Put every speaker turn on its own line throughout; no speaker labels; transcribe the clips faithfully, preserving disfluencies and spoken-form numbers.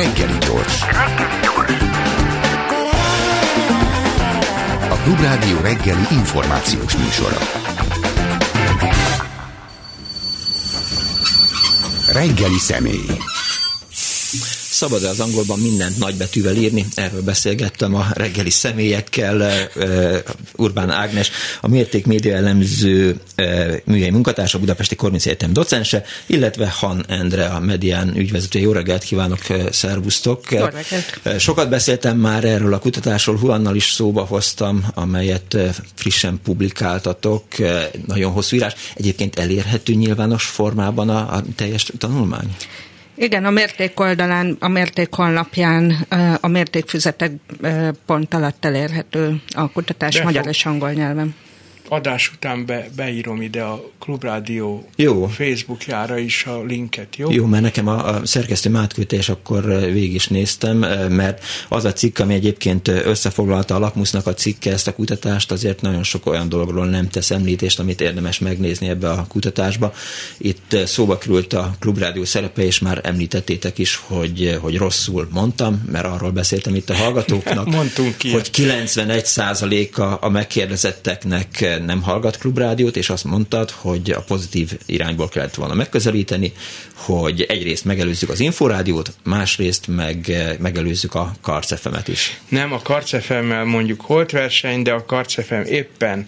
Reggeli gyors. A Klubrádió reggeli információs műsora. Reggeli személy.
Szabad az angolban mindent nagybetűvel írni, erről beszélgettem a reggeli személyekkel, Urbán Ágnes, a Mérték Média Elemző műhelyi munkatársa, Budapesti Korvinci Egyetem docense, illetve Han Endre, a Medián ügyvezetője. Jó reggelt kívánok, szervusztok! Jó reggelt. Sokat beszéltem már erről a kutatásról, Huannal is szóba hoztam, amelyet frissen publikáltatok, nagyon hosszú írás. Egyébként elérhető nyilvános formában a, a teljes tanulmány?
Igen, a mérték oldalán, a mérték honlapján, a mértékfüzetek pont alatt elérhető a kutatás De magyar és angol nyelven.
Adás után be, beírom ide a Klubrádió
jó.
Facebookjára is a linket, jó?
Jó, mert nekem a, a szerkesztőm átküldte, és akkor végig is néztem, mert az a cikk, ami egyébként összefoglalta a Lakmusznak a cikke ezt a kutatást, azért nagyon sok olyan dologról nem tesz említést, amit érdemes megnézni ebbe a kutatásba. Itt szóba került a Klubrádió szerepe, és már említettétek is, hogy, hogy rosszul mondtam, mert arról beszéltem itt a hallgatóknak, hogy kilencvenegy százaléka a megkérdezetteknek nem hallgat Klubrádiót, és azt mondtad, hogy a pozitív irányból kellett volna megközelíteni, hogy egyrészt megelőzzük az Inforádiót, másrészt meg megelőzzük a Karc ef emet is.
Nem a Karc ef emmel mondjuk holt verseny, de a Karc ef em éppen,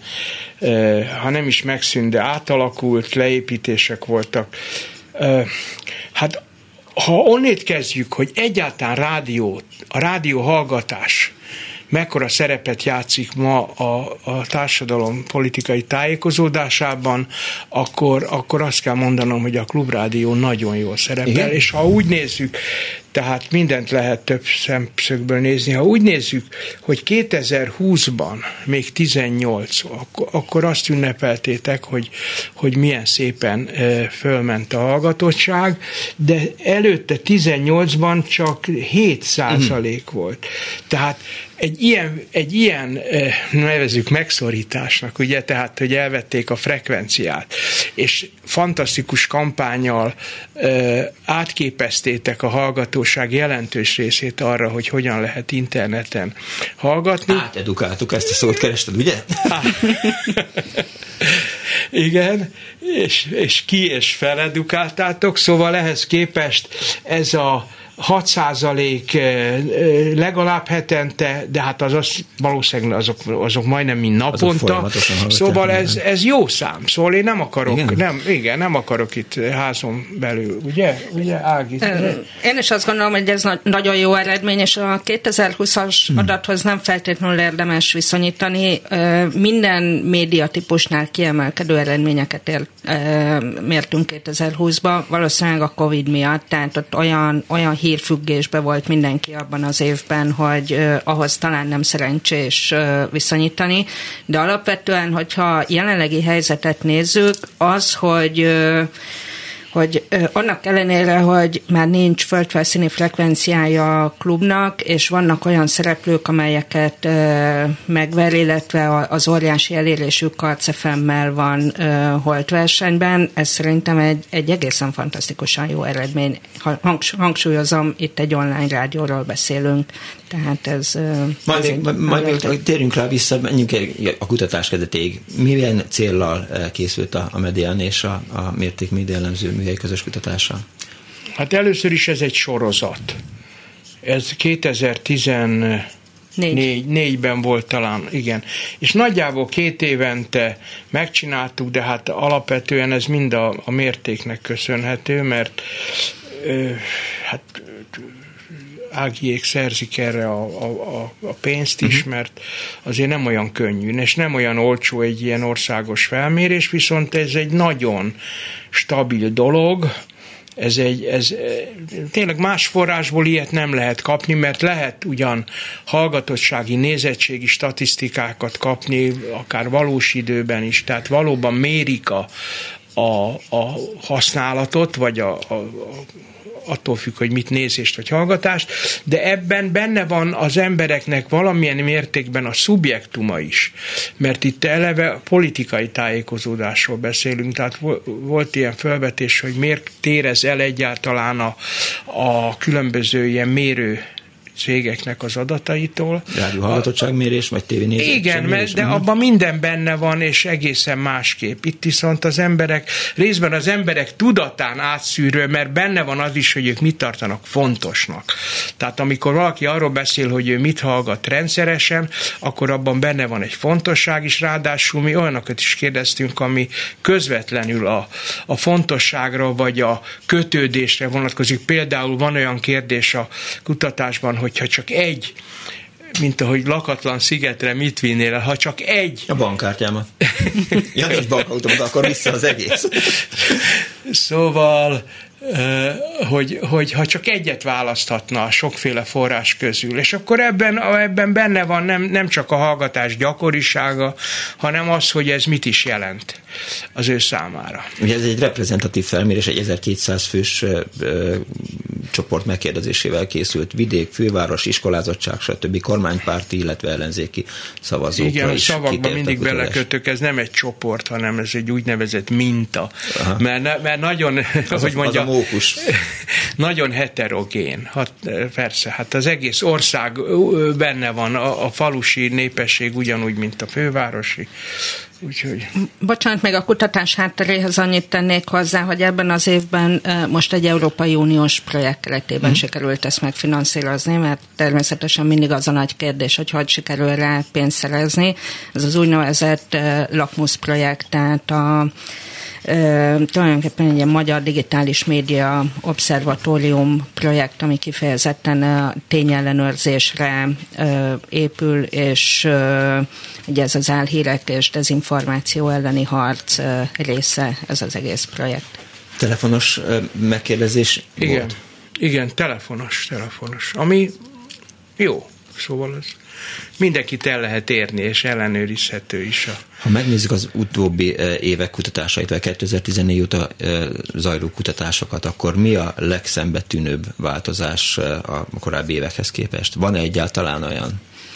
eh, ha nem is megszűnt, de átalakult, leépítések voltak. Eh, hát ha onnét kezdjük, hogy egyáltalán rádió, a rádió hallgatás mekkora szerepet játszik ma a, a társadalom politikai tájékozódásában, akkor, akkor azt kell mondanom, hogy a Klubrádió nagyon jól szerepel. Igen? És ha úgy nézzük, tehát mindent lehet több szemszögből nézni, ha úgy nézzük, hogy kétezer-húszban, még tizennyolc, akkor, akkor azt ünnepeltétek, hogy, hogy milyen szépen e, fölment a hallgatottság, de előtte tizennyolcban csak hét százalék mm. volt. Tehát egy ilyen, egy ilyen nevezzük megszorításnak, ugye, tehát, hogy elvették a frekvenciát, és fantasztikus kampánnyal e, átképeztétek a hallgatóság jelentős részét arra, hogy hogyan lehet interneten hallgatni.
Átedukáltuk, ezt a szót kerested, ugye?
Igen, és, és ki és feledukáltátok, szóval ehhez képest ez a hat százalék legalább hetente, de hát az, az valószínűleg azok, azok majdnem mind naponta. Szóval ez, ez jó szám. Szóval én nem akarok, igen, nem, igen, nem akarok itt házon belül, ugye? Ugye, Ági?
Én is azt gondolom, hogy ez nagyon jó eredmény, és a kétezer-húszas hmm. adathoz nem feltétlenül érdemes viszonyítani. Minden médiatípusnál kiemelkedő eredményeket ér, mértünk kétezer-húszban, valószínűleg a Covid miatt, tehát ott olyan, olyan hírfüggésbe volt mindenki abban az évben, hogy uh, ahhoz talán nem szerencsés uh, viszonyítani, de alapvetően, hogyha jelenlegi helyzetet nézzük, az, hogy uh, hogy annak ellenére, hogy már nincs földfelszíni frekvenciája a klubnak, és vannak olyan szereplők, amelyeket megver, illetve az óriási elérésük Karc ef emmel van holt versenyben, ez szerintem egy, egy egészen fantasztikusan jó eredmény. Hangsúlyozom, itt egy online rádióról beszélünk, tehát ez...
Majd, ez még, majd még térjünk rá vissza, menjünk a kutatás kezdetéig. Milyen céllal készült a, a Medián és a, a Mérték Média Elemző műhelyi közös kutatása?
Hát először is ez egy sorozat. Ez kétezer-tizennégyben volt talán, igen. És nagyjából két évente megcsináltuk, de hát alapvetően ez mind a, a mértéknek köszönhető, mert ö, hát Ágiék szerzik erre a, a, a pénzt is, uh-huh. mert azért nem olyan könnyű, és nem olyan olcsó egy ilyen országos felmérés, viszont ez egy nagyon stabil dolog, ez egy, ez tényleg más forrásból ilyet nem lehet kapni, mert lehet ugyan hallgatottsági, nézettségi statisztikákat kapni, akár valós időben is, tehát valóban mérik a, a, a használatot, vagy a, a attól függ, hogy mit nézést vagy hallgatást, de ebben benne van az embereknek valamilyen mértékben a szubjektuma is, mert itt eleve politikai tájékozódásról beszélünk, tehát volt ilyen felvetés, hogy miért térez el egyáltalán a, a különböző ilyen mérő cégeknek az adataitól.
Rádióhallgatottságmérés, vagy tévénézés?
Igen, mert, de abban minden benne van, és egészen másképp. Itt viszont az emberek, részben az emberek tudatán átszűrő, mert benne van az is, hogy ők mit tartanak fontosnak. Tehát amikor valaki arról beszél, hogy ő mit hallgat rendszeresen, akkor abban benne van egy fontosság is, ráadásul mi olyanokat is kérdeztünk, ami közvetlenül a, a fontosságra, vagy a kötődésre vonatkozik. Például van olyan kérdés a kutatásban, hogyha csak egy, mint ahogy lakatlan szigetre mit vinnél el, ha csak egy...
A bankkártyámat. Ja, nincs bankautomat, akkor vissza az egész.
Szóval, hogy, hogy ha csak egyet választhatna a sokféle forrás közül, és akkor ebben, ebben benne van nem, nem csak a hallgatás gyakorisága, hanem az, hogy ez mit is jelent az ő számára.
Ugye ez egy reprezentatív felmérés, egy ezerkétszáz fős ö, ö, csoport megkérdezésével készült, vidék, főváros, iskolázottság, stb. Kormánypárti, illetve ellenzéki szavazókra.
Igen,
is
a szavakban mindig belekötök, ez nem egy csoport, hanem ez egy úgynevezett minta. Mert, mert nagyon,
az
hogy
a,
mondja,
az a mókus.
Nagyon heterogén. Hát, persze, hát az egész ország benne van, a, a falusi népesség ugyanúgy, mint a fővárosi. Úgyhogy...
Bocsánat, még a kutatás hátteréhez annyit tennék hozzá, hogy ebben az évben most egy Európai Uniós projekt keretében mm. sikerült ezt megfinanszírozni, mert természetesen mindig az a nagy kérdés, hogy hogy sikerül rá pénzt szerezni. Ez az úgynevezett Lakmus projekt, tehát a Uh, tulajdonképpen egy ilyen magyar digitális média obszervatórium projekt, ami kifejezetten uh, tényellenőrzésre uh, épül, és uh, ugye ez az álhírek és dezinformáció elleni harc uh, része, ez az egész projekt.
Telefonos uh, megkérdezés
Igen,
volt?
Igen, telefonos, telefonos, ami jó, szóval ez mindenkit el lehet érni, és ellenőrizhető is. A...
Ha megnézzük az utóbbi évek kutatásait, vagy kétezer-tizennégy óta zajló kutatásokat, akkor mi a legszembetűnőbb változás a korábbi évekhez képest? Van-e egyáltalán olyan?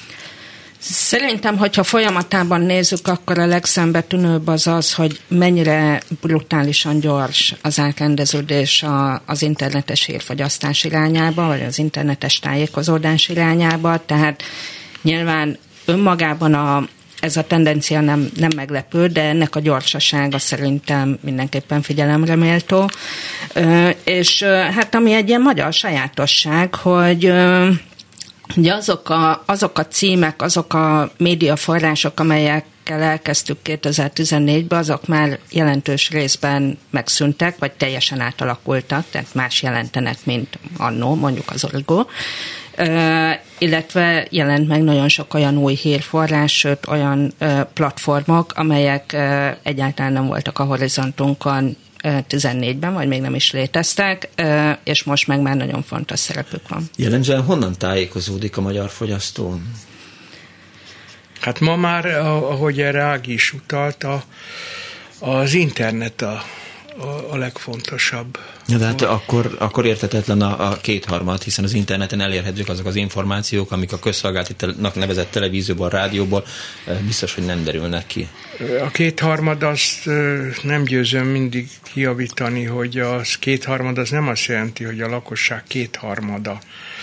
Szerintem, hogyha folyamatában nézzük, akkor a legszembetűnőbb az az, hogy mennyire brutálisan gyors az átrendeződés az internetes hírfogyasztás irányába, vagy az internetes tájékozódás irányába, tehát nyilván önmagában a, ez a tendencia nem, nem meglepő, de ennek a gyorsasága szerintem mindenképpen figyelemre méltó. És hát ami egy ilyen magyar sajátosság, hogy ugye azok a, azok a címek, azok a médiaforrások, amelyekkel elkezdtük kétezer-tizennégyben, azok már jelentős részben megszűntek, vagy teljesen átalakultak, tehát más jelentenek, mint annó, mondjuk az Origo. Uh, illetve jelent meg nagyon sok olyan új hírforrás, sőt olyan uh, platformok, amelyek uh, egyáltalán nem voltak a horizontunkon uh, tizennégyben, vagy még nem is léteztek, uh, és most meg már nagyon fontos szerepük van.
Jellemzően honnan tájékozódik a magyar fogyasztó?
Hát ma már, ahogy erre Ági is utalt, a, az internet a a legfontosabb.
Ja, de hát akkor, akkor érthetetlen a, a kétharmad, hiszen az interneten elérhetők azok az információk, amik a közszolgáltatónak nevezett televízióból, rádióból biztos, hogy nem derülnek ki.
A kétharmad azt nem győzöm mindig kijavítani, hogy az kétharmad az nem azt jelenti, hogy a lakosság kétharmada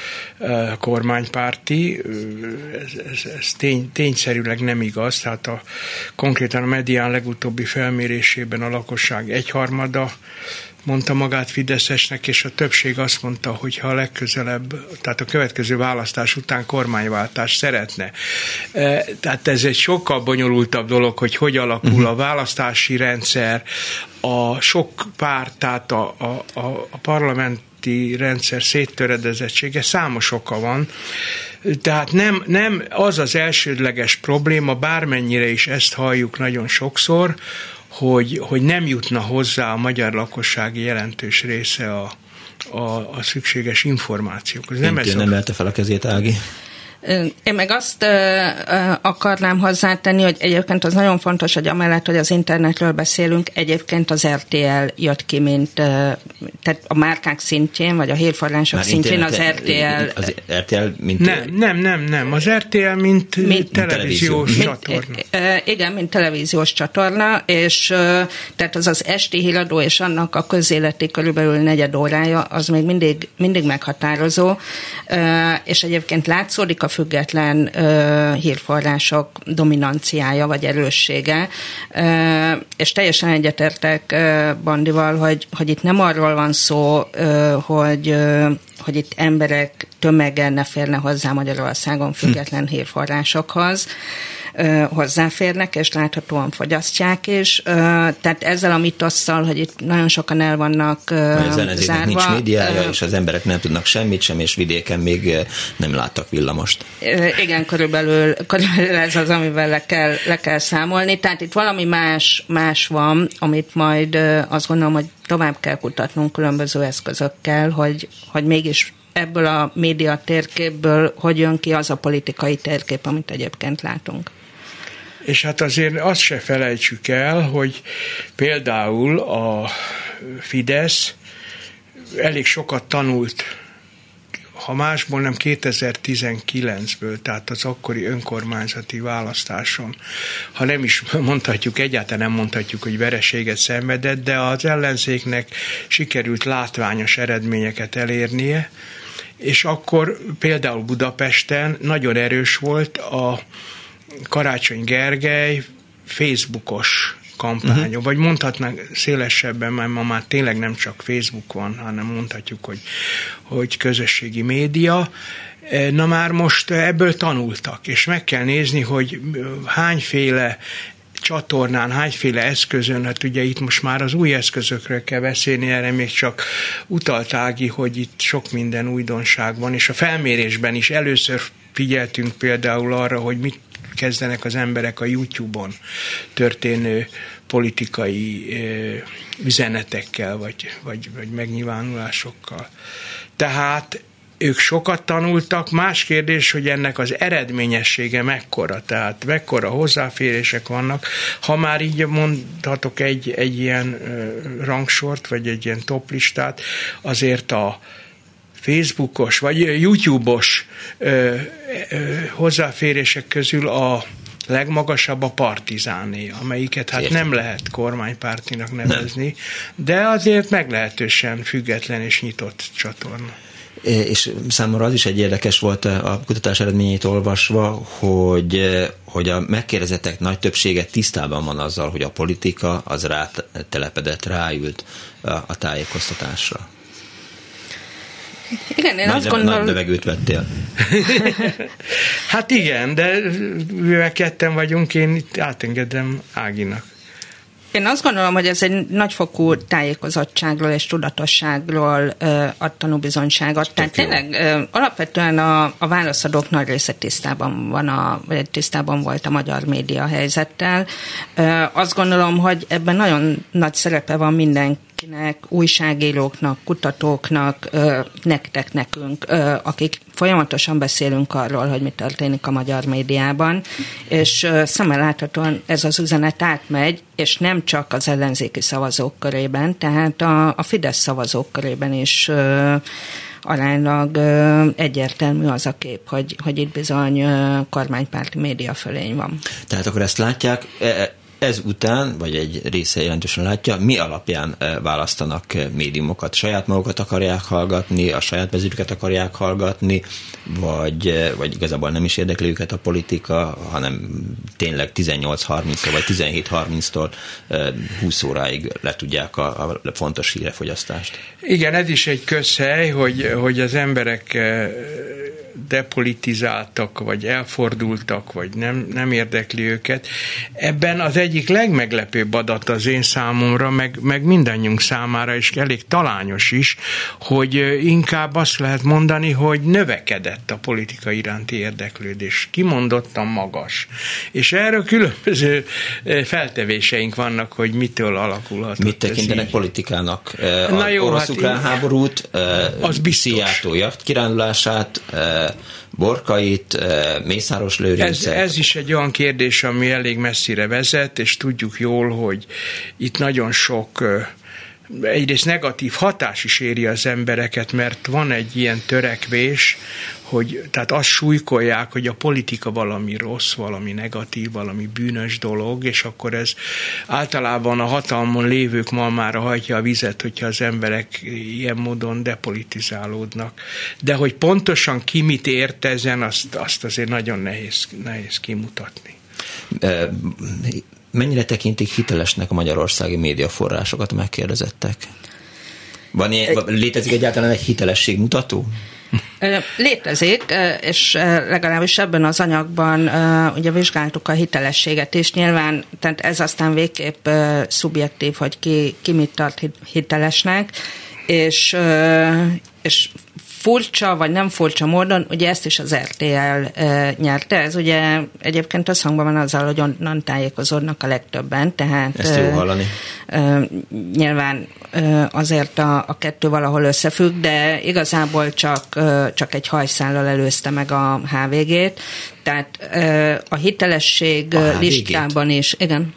kormánypárti, ez, ez, ez tény, tényszerűleg nem igaz, tehát a, konkrétan a Medián legutóbbi felmérésében a lakosság egyharmada mondta magát fideszesnek, és a többség azt mondta, hogy ha a legközelebb, tehát a következő választás után kormányváltás szeretne. Tehát ez egy sokkal bonyolultabb dolog, hogy hogy alakul a választási rendszer, a sok párt, tehát a, a, a parlament rendszer széttöredezettsége, számos oka van. Tehát nem, nem az az elsődleges probléma, bármennyire is ezt halljuk nagyon sokszor, hogy, hogy nem jutna hozzá a magyar lakossági jelentős része a, a, a szükséges információkhoz.
Nem, nem emelte fel a kezét, Ági.
Én meg azt uh, akarnám hozzátenni, hogy egyébként az nagyon fontos, hogy amellett, hogy az internetről beszélünk, egyébként az er té el jött ki, mint uh, tehát a márkák szintjén, vagy a hírforrások Már szintjén az er té el...
Az er té el, mint...
Nem, nem, nem, nem. Az er té el, mint, mint televíziós mint, csatorna.
Mint, uh, igen, mint televíziós csatorna, és uh, tehát az az esti híradó, és annak a közéleti körülbelül negyed órája, az még mindig, mindig meghatározó, uh, és egyébként látszódik a független uh, hírforrások dominanciája vagy erőssége, uh, és teljesen egyetértek uh, Bandival, hogy, hogy itt nem arról van szó, uh, hogy, uh, hogy itt emberek tömegen ne férne hozzá Magyarországon független hm. hírforrásokhoz, hozzáférnek, és láthatóan fogyasztják is. Tehát ezzel a mitosszal, hogy itt nagyon sokan el vannak zárva.
Nincs médiája, és az emberek nem tudnak semmit sem, és vidéken még nem láttak villamost.
Igen, körülbelül, körülbelül ez az, amivel le kell, le kell számolni. Tehát itt valami más, más van, amit majd azt gondolom, hogy tovább kell kutatnunk különböző eszközökkel, hogy, hogy mégis ebből a média térképből hogy jön ki az a politikai térkép, amit egyébként látunk.
És hát azért azt se felejtsük el, hogy például a Fidesz elég sokat tanult, ha másból nem kétezer-tizenkilencből, tehát az akkori önkormányzati választáson, ha nem is mondhatjuk, egyáltalán nem mondhatjuk, hogy vereséget szenvedett, de az ellenzéknek sikerült látványos eredményeket elérnie, és akkor például Budapesten nagyon erős volt a Karácsony Gergely Facebookos kampánya, uh-huh. vagy mondhatnánk szélesebben, mert ma már tényleg nem csak Facebook van, hanem mondhatjuk, hogy, hogy közösségi média. Na már most ebből tanultak, és meg kell nézni, hogy hányféle csatornán, hányféle eszközön, hát ugye itt most már az új eszközökről kell beszélni, erre még csak utalt Ági, hogy itt sok minden újdonság van, és a felmérésben is először figyeltünk például arra, hogy mit kezdenek az emberek a YouTube-on történő politikai üzenetekkel, vagy, vagy, vagy megnyilvánulásokkal. Tehát ők sokat tanultak, más kérdés, hogy ennek az eredményessége mekkora, tehát mekkora hozzáférések vannak. Ha már így mondhatok egy, egy ilyen rangsort, vagy egy ilyen toplistát, azért a Facebookos, vagy YouTube-os ö, ö, hozzáférések közül a legmagasabb a Partizáné, amelyiket hát nem lehet kormánypártinak nevezni, de azért meglehetősen független és nyitott csatorna.
És számomra az is egy érdekes volt a kutatás eredményét olvasva, hogy, hogy a megkérdezettek nagy többsége tisztában van azzal, hogy a politika az rátelepedett, ráült a, a tájékoztatásra.
Igen, én
nagy,
azt gondolom...
Nagy levegőt vettél.
Hát igen, de mivel ketten vagyunk, én itt átengedem Áginak.
Én azt gondolom, hogy ez egy nagyfokú tájékozottságról és tudatosságról ö, ad tanúbizonyságot. Tehát tényleg ö, alapvetően a, a válaszadók nagy része tisztában van, a, vagy tisztában volt a magyar média helyzettel. Ö, azt gondolom, hogy ebben nagyon nagy szerepe van mindenkinek, újságíróknak, kutatóknak, ö, nektek, nekünk, ö, akik folyamatosan beszélünk arról, hogy mi történik a magyar médiában, és ö, szemmel láthatóan ez az üzenet átmegy, és nem csak az ellenzéki szavazók körében, tehát a, a Fidesz szavazók körében is ö, aránylag ö, egyértelmű az a kép, hogy, hogy itt bizony ö, kormánypárti média fölény van.
Tehát akkor ezt látják, ez után, vagy egy része jelentősen látja, mi alapján választanak médiumokat? Saját magukat akarják hallgatni, a saját vezérüket akarják hallgatni, vagy, vagy igazából nem is érdekli őket a politika, hanem tényleg tizennyolc harminctól vagy tizenhét harminctól húsz óráig le tudják a, a fontos hírefogyasztást.
Igen, ez is egy közhely, hogy, hogy az emberek depolitizáltak, vagy elfordultak, vagy nem, nem érdekli őket. Ebben az egyik legmeglepőbb adat az én számomra, meg, meg mindannyiunk számára, és elég talányos is, hogy inkább azt lehet mondani, hogy növekedett a politika iránti érdeklődés. Kimondottan magas. És erről különböző feltevéseink vannak, hogy mitől alakulhat.
Mit tekintenek politikának?
Na jó,
orosz-ukrán
hát
háborút,
az biztos.
Szijjártó jacht kirándulását, Borkait, Mészáros Lőrincet.
Ez, ez is egy olyan kérdés, ami elég messzire vezet, és tudjuk jól, hogy itt nagyon sok egyrészt negatív hatás is éri az embereket, mert van egy ilyen törekvés, hogy tehát azt súlykolják, hogy a politika valami rossz, valami negatív, valami bűnös dolog, és akkor ez általában a hatalmon lévők malmára hajtja a vizet, hogyha az emberek ilyen módon depolitizálódnak. De hogy pontosan ki mit ért ezen, azt, azt azért nagyon nehéz, nehéz kimutatni.
Mennyire tekintik hitelesnek a magyarországi médiaforrásokat, megkérdezettek? Van ilyen, létezik egyáltalán egy hitelességmutató?
Létezik, és legalábbis ebben az anyagban ugye vizsgáltuk a hitelességet is. Nyilván, tehát ez aztán végképp szubjektív, hogy ki, ki mit tart hitelesnek, és, és furcsa, vagy nem furcsa módon, ugye ezt is az er té el e, nyerte. Ez ugye egyébként összhangban van azzal, hogy onnan tájékozódnak a legtöbben, tehát
ezt jó hallani.
E, e, nyilván e, azért a, a kettő valahol összefügg, de igazából csak, e, csak egy hajszállal előzte meg a há vé gét, tehát e, a hitelesség a listában is, igen,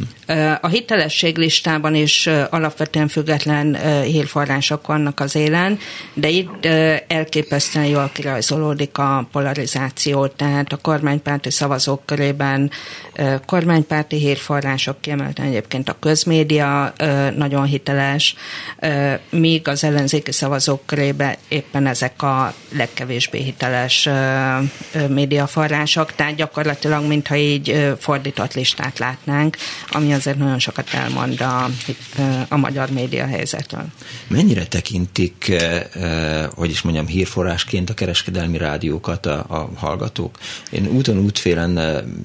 a hitelesség listában is alapvetően független hírforrások vannak az élen, de itt elképesztően jól kirajzolódik a polarizáció, tehát a kormánypárti szavazók körében kormánypárti hírforrások, kiemelten egyébként a közmédia nagyon hiteles, míg az ellenzéki szavazók körében éppen ezek a legkevésbé hiteles médiaforrások, tehát gyakorlatilag mintha így fordított listát látnánk, ami azért nagyon sokat elmond a, a magyar média helyzetről.
Mennyire tekintik, hogy is mondjam, hírforrásként a kereskedelmi rádiókat a, a hallgatók? Én úton útfélen,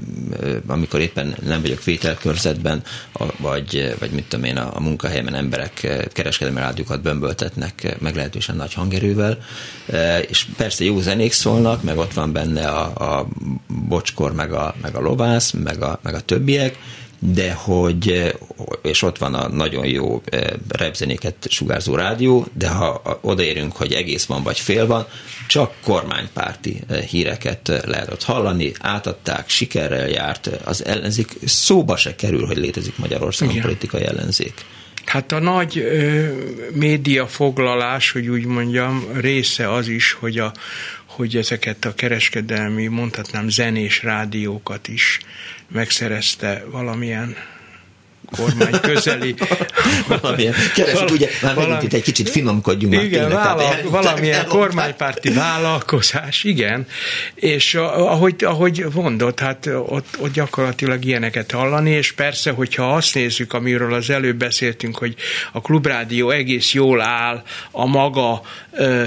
amikor éppen nem vagyok vételkörzetben, vagy, vagy mit tudom én, a, a munkahelyemen emberek kereskedelmi rádiókat bömböltetnek meglehetősen nagy hangerővel, és persze jó zenék szólnak, meg ott van benne a, a bocskor, meg a, meg a lovász, meg a, meg a többiek, de hogy, és ott van a nagyon jó repzenéket sugárzó rádió, de ha odaérünk, hogy egész van vagy fél van, csak kormánypárti híreket lehet ott hallani, átadták, sikerrel járt, az ellenzék szóba se kerül, hogy létezik Magyarországon igen. Politikai ellenzék.
Hát a nagy ö, médiafoglalás, hogy úgy mondjam, része az is, hogy, a, hogy ezeket a kereskedelmi, mondhatnám zenés rádiókat is megszerezte valamilyen kormány közeli.
valamilyen, keresik, ugye, már valami, megint itt egy kicsit finomkodjunk.
Igen, már vállal, tehát, valamilyen kormánypárti vállalkozás, igen, és ahogy, ahogy mondott, hát ott, ott gyakorlatilag ilyeneket hallani, és persze, hogyha azt nézzük, amiről az előbb beszéltünk, hogy a Klubrádió egész jól áll a maga ö,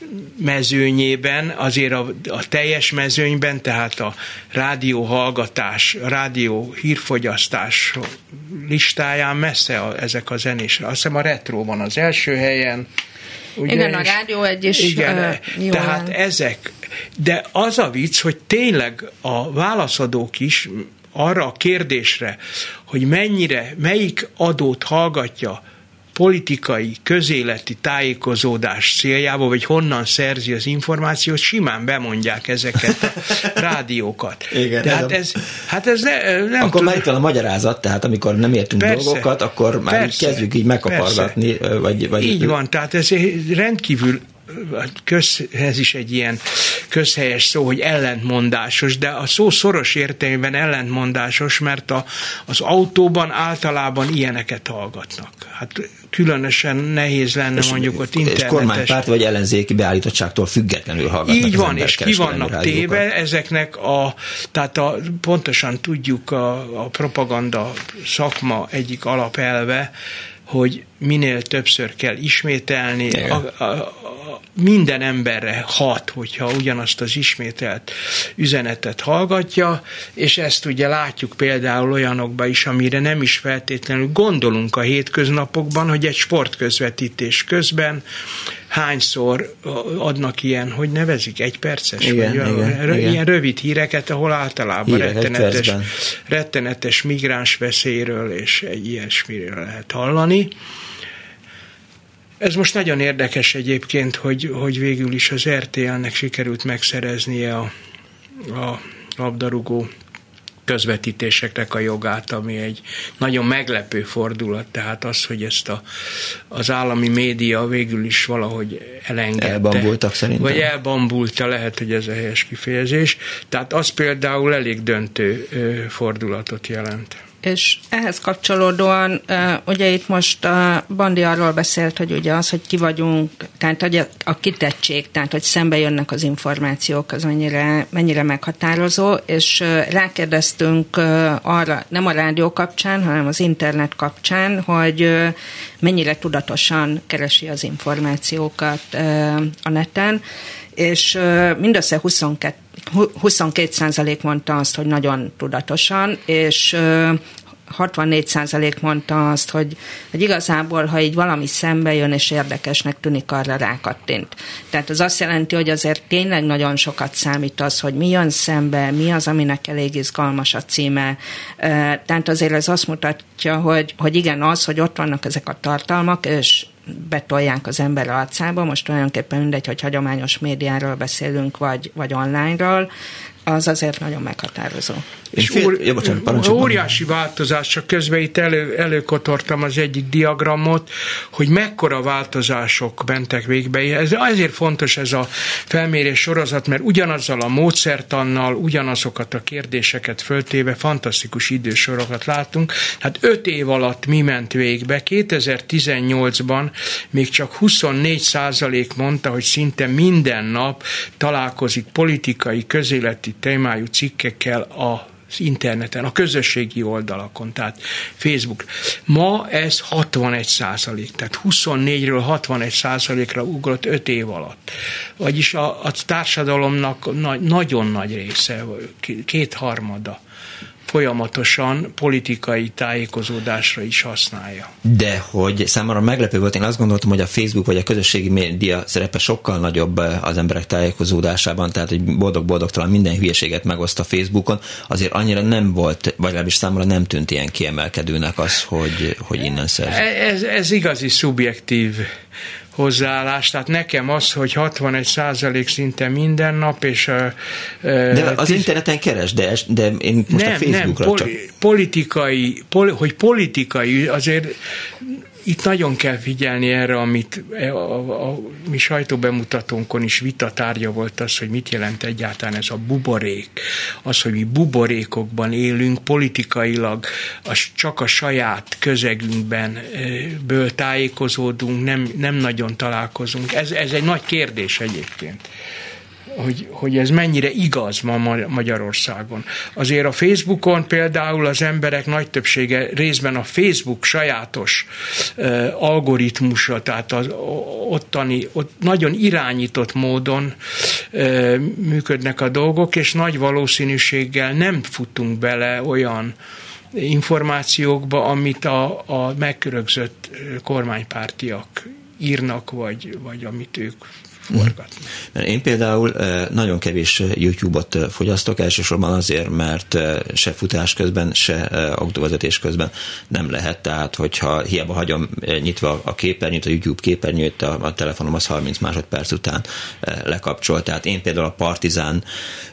mezőnyében, azért a, a teljes mezőnyben, tehát a rádióhallgatás, a rádió hírfogyasztás listáján messze a, ezek a zenés. Azt hiszem a Retro van az első helyen.
Ugye, igen, a Rádió egy is.
Igen, uh, tehát ezek. De az a vicc, hogy tényleg a válaszadók is arra a kérdésre, hogy mennyire, melyik adót hallgatja politikai, közéleti tájékozódás céljából, vagy honnan szerzi az információt, simán bemondják ezeket a rádiókat.
Igen,
de
ez
hát,
a...
ez, hát ez ne, nem
Akkor
tudom.
már itt van a magyarázat, tehát amikor nem értünk persze, dolgokat, akkor már persze, kezdjük így megkapargatni. Vagy, vagy
így van, tehát ez rendkívül köz, ez is egy ilyen közhelyes szó, hogy ellentmondásos, de a szó szoros értelmében ellentmondásos, mert a, az autóban általában ilyeneket hallgatnak. Hát különösen nehéz lenne és, mondjuk ott internetes.
És kormánypárt vagy ellenzéki beállítottságtól függetlenül hallgatnak.
Így van, és ki vannak téve ezeknek a, tehát a, pontosan tudjuk a, a propaganda szakma egyik alapelve, hogy minél többször kell ismételni, a, a, a, minden emberre hat, hogyha ugyanazt az ismételt üzenetet hallgatja, és ezt ugye látjuk például olyanokban is, amire nem is feltétlenül gondolunk a hétköznapokban, hogy egy sportközvetítés közben hányszor adnak ilyen, hogy nevezik, egy perces,
igen,
vagy
igen,
rö,
igen.
ilyen rövid híreket, ahol általában hírek, rettenetes, rettenetes migráns veszélyről és egy ilyesmiről lehet hallani. Ez most nagyon érdekes egyébként, hogy, hogy végül is az er té el-nek sikerült megszereznie a, a labdarúgó közvetítéseknek a jogát, ami egy nagyon meglepő fordulat, tehát az, hogy ezt a, az állami média végül is valahogy elengedte.
Elbambultak szerintem.
Vagy elbambulta, lehet, hogy ez a helyes kifejezés. Tehát az például elég döntő fordulatot jelent.
És ehhez kapcsolódóan, ugye itt most a Bandi arról beszélt, hogy ugye az, hogy ki vagyunk, tehát hogy a kitettség, tehát hogy szembe jönnek az információk, az mennyire, mennyire meghatározó, és rákérdeztünk arra, nem a rádió kapcsán, hanem az internet kapcsán, hogy mennyire tudatosan keresi az információkat a neten, és mindössze huszonkettő huszonkettő százalék mondta azt, hogy nagyon tudatosan, és hatvannégy százalék mondta azt, hogy, hogy igazából, ha így valami szembe jön és érdekesnek tűnik, arra rákattint. Tehát az azt jelenti, hogy azért tényleg nagyon sokat számít az, hogy mi jön szembe, mi az, aminek elég izgalmas a címe. Tehát azért ez azt mutatja, hogy, hogy igen, az, hogy ott vannak ezek a tartalmak, és betolják az ember arcába, most tulajdonképpen mindegy, hogy hagyományos médiáról beszélünk, vagy, vagy online-ról, az azért nagyon meghatározó.
És óri, ja, bocsánat, óriási változás, csak közben itt elő, előkotortam az egyik diagramot, hogy mekkora változások mentek végbe. Ez, ezért fontos ez a felmérés sorozat, mert ugyanazzal a módszertannal, ugyanazokat a kérdéseket föltéve fantasztikus idősorokat látunk. Hát öt év alatt mi ment végbe? kétezer-tizennyolcban még csak huszonnégy százalék mondta, hogy szinte minden nap találkozik politikai, közéleti témájú cikkekkel a az interneten, a közösségi oldalakon, tehát Facebook. Ma ez hatvanegy százalék, tehát huszonnégyről hatvanegy százalékra ugrott öt év alatt. Vagyis a, a társadalomnak na, nagyon nagy része, kétharmada folyamatosan politikai tájékozódásra is használja.
De hogy számomra meglepő volt, én azt gondoltam, hogy a Facebook vagy a közösségi média szerepe sokkal nagyobb az emberek tájékozódásában, tehát hogy boldog-boldogtalan minden hülyeséget megoszt a Facebookon, azért annyira nem volt, vagy legalábbis számomra nem tűnt ilyen kiemelkedőnek az, hogy, hogy innen szerz.
Ez, ez igazi szubjektív hozzáállás, tehát nekem az, hogy hatvanegy százalék szinte minden nap, és a,
de az tiz... interneten keres, de, de én most
nem,
a Facebookra
nem,
csak...
politikai, poli, hogy politikai, azért itt nagyon kell figyelni erre, amit a, a, a mi sajtóbemutatónkon is vita tárgya volt az, hogy mit jelent egyáltalán ez a buborék. Az, hogy mi buborékokban élünk, politikailag az csak a saját közegünkben ből tájékozódunk, nem, nem nagyon találkozunk. Ez, ez egy nagy kérdés egyébként. Hogy, hogy ez mennyire igaz ma Magyarországon. Azért a Facebookon például az emberek nagy többsége részben a Facebook sajátos uh, algoritmusa, tehát az ottani, ott nagyon irányított módon uh, működnek a dolgok, és nagy valószínűséggel nem futunk bele olyan információkba, amit a, a megkörögzött kormánypártiak írnak, vagy, vagy amit ők forgatni.
Én például nagyon kevés YouTube-ot fogyasztok, elsősorban azért, mert se futás közben, se autóvezetés közben nem lehet, tehát hogyha hiába hagyom nyitva a képernyőt, a YouTube képernyőt, a, a telefonom az harminc másodperc után lekapcsol, tehát én például a Partizán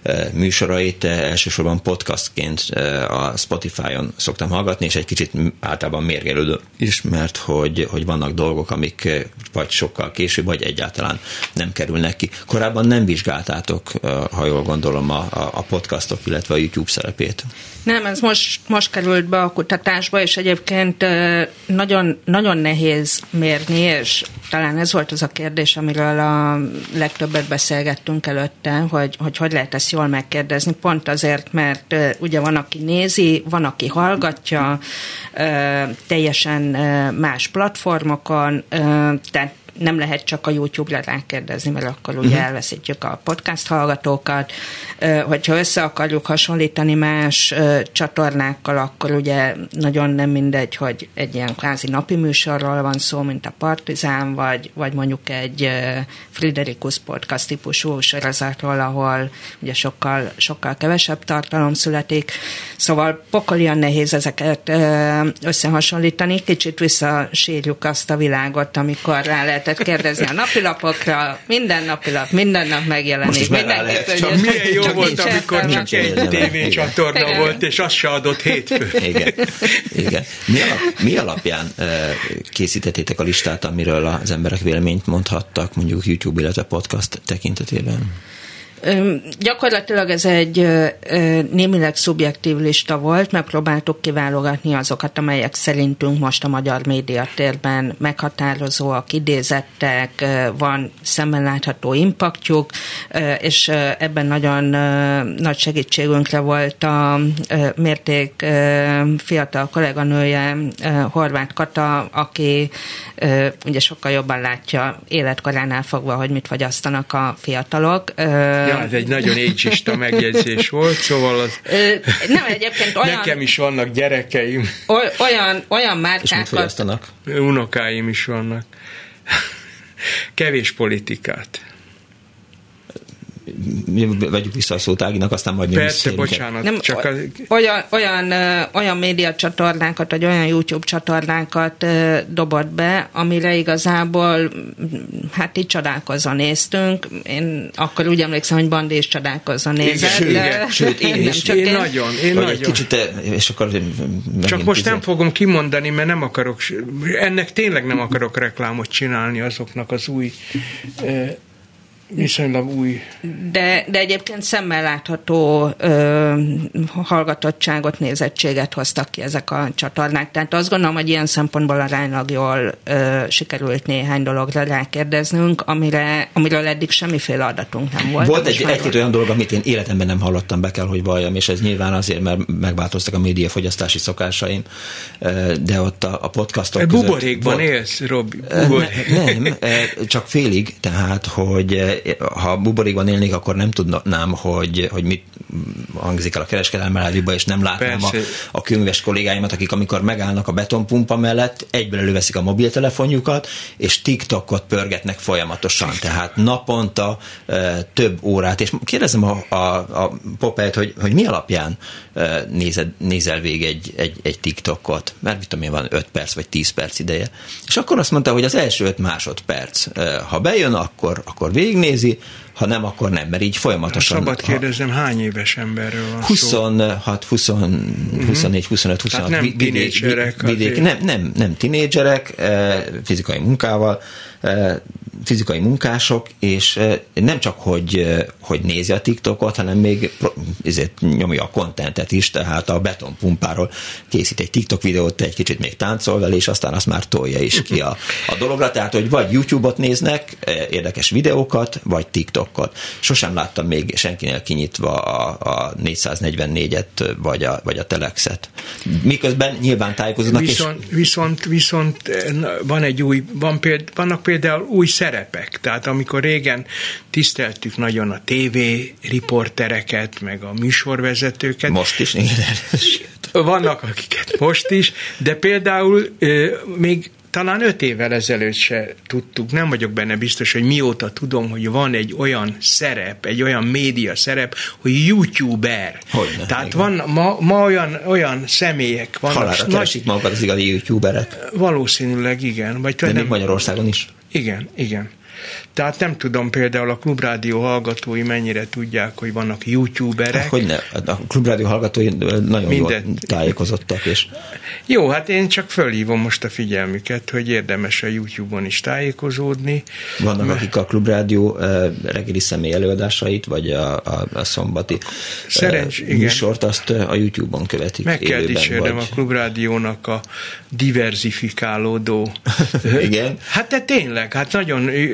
műsorait elsősorban podcastként a Spotify-on szoktam hallgatni, és egy kicsit általában mérgelődő is, mert hogy, hogy vannak dolgok, amik vagy sokkal később, vagy egyáltalán nem kerülnek ki. Korábban nem vizsgáltátok, ha jól gondolom, a, a podcastok, illetve a YouTube szerepét.
Nem, ez most, most került be a kutatásba, és egyébként nagyon, nagyon nehéz mérni, és talán ez volt az a kérdés, amiről a legtöbbet beszélgettünk előtte, hogy hogy, hogy lehet ezt jól megkérdezni, pont azért, mert ugye van, aki nézi, van, aki hallgatja, teljesen más platformokon, tehát nem lehet csak a YouTube-ra rákérdezni, mert akkor ugye uh-huh. elveszítjük a podcast hallgatókat. Hogyha össze akarjuk hasonlítani más csatornákkal, akkor ugye nagyon nem mindegy, hogy egy ilyen kvázi napi műsorról van szó, mint a Partizán, vagy, vagy mondjuk egy Friderikus podcast típusú sorozatról, ahol ugye sokkal, sokkal kevesebb tartalom születik. Szóval pokolian nehéz ezeket összehasonlítani. Kicsit visszasírjuk azt a világot, amikor rá lehetett kérdezni a napilapokra, minden napilap, minden nap megjelenik.
Mindenki, csak milyen jó volt, amikor csak egy tévécsatorna volt, és az se adott hétfőn.
Igen. Igen. Mi, alap, mi alapján készítettétek a listát, amiről az emberek véleményt mondhattak, mondjuk YouTube, illetve podcast tekintetében?
Gyakorlatilag ez egy ö, ö, némileg szubjektív lista volt, megpróbáltuk kiválogatni azokat, amelyek szerintünk most a magyar médiatérben meghatározóak, idézettek, ö, van szemmel látható impaktjuk, ö, és ö, ebben nagyon ö, nagy segítségünkre volt a ö, Mérték ö, fiatal kolléganője, ö, Horváth Kata, aki ö, ugye sokkal jobban látja életkoránál fogva, hogy mit fogyasztanak a fiatalok. Ö,
Ja, ez egy nagyon ageista megjegyzés volt, szóval az...
Nem, egyébként olyan...
Nekem is vannak gyerekeim.
Olyan, olyan márkákat...
És mit fogyasztanak?
Unokáim is vannak. Kevés politikát.
Vegyük vissza a szót Áginak, aztán majd mi
Persze, bocsánat. Nem, csak az...
olyan, olyan, olyan média csatornákat, vagy olyan YouTube csatornákat dobott be, amire igazából hát így csodálkozva néztünk. Én akkor úgy emlékszem, hogy Bandi is csodálkozva nézett.
Sőt, de... sőt, én is.
Én, én nagyon, én nagyon.
Kicsit, és akkor
csak most nem fogom kimondani, mert nem akarok, ennek tényleg nem akarok reklámot csinálni azoknak az új viszonylag új.
De, de egyébként szemmel látható ö, hallgatottságot, nézettséget hoztak ki ezek a csatornák. Tehát azt gondolom, hogy ilyen szempontból aránylag jól ö, sikerült néhány dologra rákérdeznünk, amire, amiről eddig semmiféle adatunk nem volt.
Volt egy, egy-két olyan dolog, amit én életemben nem hallottam, be kell, hogy valljam, és ez nyilván azért, mert megváltoztak a médiafogyasztási szokásaim, de ott a, a podcastok között...
Buborékban volt, élsz, Robi?
Buborék. Ne, nem, csak félig, tehát, hogy ha buborékban élnék, akkor nem tudnám, hogy, hogy mit hangzik el a kereskedelmi rádióban, és nem látnám a, a könyves kollégáimat, akik amikor megállnak a betonpumpa mellett, egyből előveszik a mobiltelefonjukat, és TikTokot pörgetnek folyamatosan. Tehát naponta e, több órát. És kérdezem a, a, a Popeyt, hogy, hogy mi alapján e, nézed, nézel végig egy, egy, egy TikTokot? Mert mit tudom én, van öt perc vagy tíz perc ideje. És akkor azt mondta, hogy az első öt másodperc, e, ha bejön, akkor, akkor végignézi, ha nem, akkor nem, mert így folyamatosan...
Szabad kérdezem, ha, hány éves emberről van
huszonhat, húsz, huszonnégy, huszonöt, huszonhat
Tehát nem tinédzserek.
Vidék, nem, nem, nem tinédzserek, fizikai munkával, fizikai munkások, és nem csak, hogy, hogy nézi a TikTokot, hanem még ezért nyomja a kontentet is, tehát a betonpumpáról készít egy TikTok videót, egy kicsit még táncol vele, és aztán azt már tolja is ki a, a dologra, tehát, hogy vagy YouTube-ot néznek, érdekes videókat, vagy TikTokot. Sosem láttam még senkinél kinyitva a, a négyszáznegyvennégyet, vagy a, vagy a Telexet. Miközben nyilván tájékozódnak.
Viszont, és... viszont, viszont van egy új, van péld, vannak például új szerepek, tehát amikor régen tiszteltük nagyon a tévé riportereket, meg a műsorvezetőket.
Most is, igen.
Vannak, akiket most is, de például még talán öt évvel ezelőtt se tudtuk, nem vagyok benne biztos, hogy mióta tudom, hogy van egy olyan szerep, egy olyan média szerep, hogy YouTuber.
Hogyne,
Tehát
igen.
van ma, ma olyan, olyan személyek vannak.
Halálra keresik magukat az igazi YouTuberek.
Valószínűleg igen. Vagy
de még Magyarországon is.
Igen, igen. Tehát nem tudom, például a Klubrádió hallgatói mennyire tudják, hogy vannak YouTuberek.
Hogy ne, a Klubrádió hallgatói nagyon Minden. jól tájékozottak. És...
Jó, hát én csak fölhívom most a figyelmüket, hogy érdemes a YouTube-on is tájékozódni.
Vannak, mert... akik a Klubrádió reggeli személy előadásait, vagy a, a, a szombati
Szerencs,
műsort, azt a YouTube-on követik.
Meg kell dicsérnem
vagy...
a Klubrádiónak a diverzifikálódó.
Igen.
Hát de tényleg, hát nagyon jó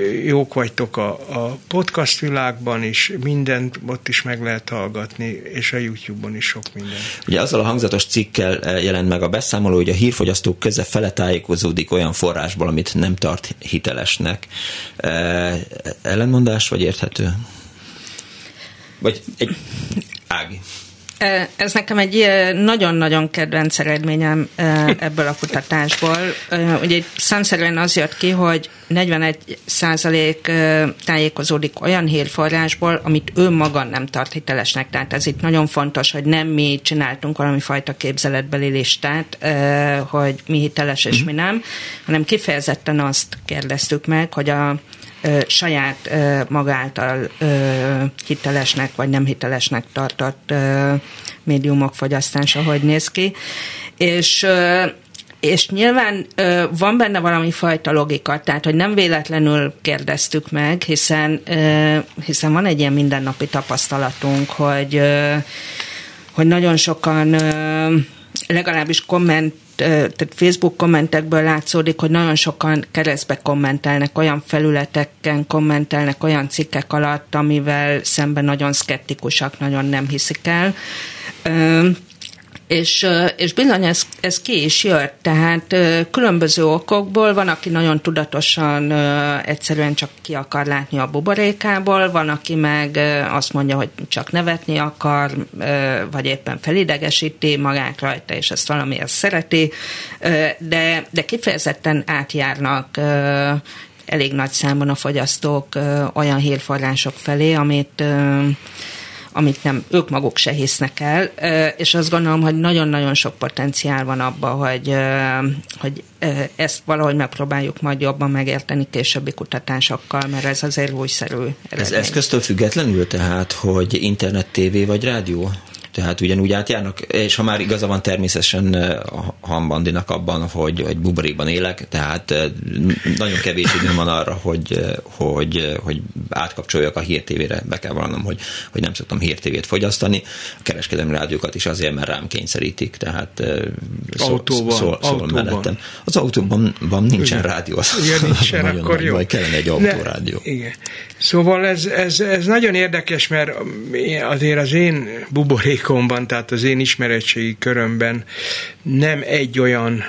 tagok vagytok a, a podcast világban is, mindent ott is meg lehet hallgatni, és a YouTube-on is sok minden.
Ugye azzal a hangzatos cikkel jelent meg a beszámoló, hogy a hírfogyasztók köze fele tájékozódik olyan forrásból, amit nem tart hitelesnek. Ellenmondás, vagy érthető? Vagy egy Ági?
Ez nekem egy nagyon-nagyon kedvenc eredményem ebből a kutatásból. Ugye számszerűen az jött ki, hogy negyvenegy százalék tájékozódik olyan hírforrásból, amit ő maga nem tart hitelesnek. Tehát ez itt nagyon fontos, hogy nem mi csináltunk valami fajta képzeletbeli listát, hogy mi hiteles és mi nem, hanem kifejezetten azt kérdeztük meg, hogy a saját maga által hitelesnek vagy nem hitelesnek tartott médiumok fogyasztása hogy néz ki. És, és nyilván van benne valami fajta logika, tehát hogy nem véletlenül kérdeztük meg, hiszen, hiszen van egy ilyen mindennapi tapasztalatunk, hogy, hogy nagyon sokan legalábbis komment tehát Facebook kommentekből látszódik, hogy nagyon sokan keresztbe kommentelnek, olyan felületeken kommentelnek, olyan cikkek alatt, amivel szemben nagyon szkeptikusak, nagyon nem hiszik el. És, és bizony ez, ez ki is jött, tehát különböző okokból, van, aki nagyon tudatosan egyszerűen csak ki akar látni a buborékából, van, aki meg azt mondja, hogy csak nevetni akar, vagy éppen felidegesíti magát rajta, és ezt valamiért szereti, de, de kifejezetten átjárnak elég nagy számban a fogyasztók olyan hírforrások felé, amit amit nem, ők maguk se hisznek el, és azt gondolom, hogy nagyon-nagyon sok potenciál van abban, hogy, hogy ezt valahogy megpróbáljuk majd jobban megérteni későbbi kutatásokkal, mert ez azért újszerű eredmény.
Ez eszköztől függetlenül tehát, hogy internet, tévé vagy rádió? Tehát ugyanúgy átjárnak, és ha már igaza van természetesen Hambandinak abban, hogy, hogy buborékban élek, tehát nagyon kevés időm van arra, hogy, hogy, hogy átkapcsoljak a Hír té vére, be kell vallanom, hogy, hogy nem szoktam Hír té vét fogyasztani. A kereskedelmi rádiókat is azért, mert rám kényszerítik, tehát szól,
autóban,
szól, szól
autóban.
mellettem. Az autóban van, nincsen
igen.
rádió, az
igen, nincsen,
nagyon
akkor
nagy
jó.
baj, kellene egy autórádió.
Ne, igen. Szóval ez, ez, ez nagyon érdekes, mert azért az én buborékomban, tehát az én ismeretségi körömben nem egy olyan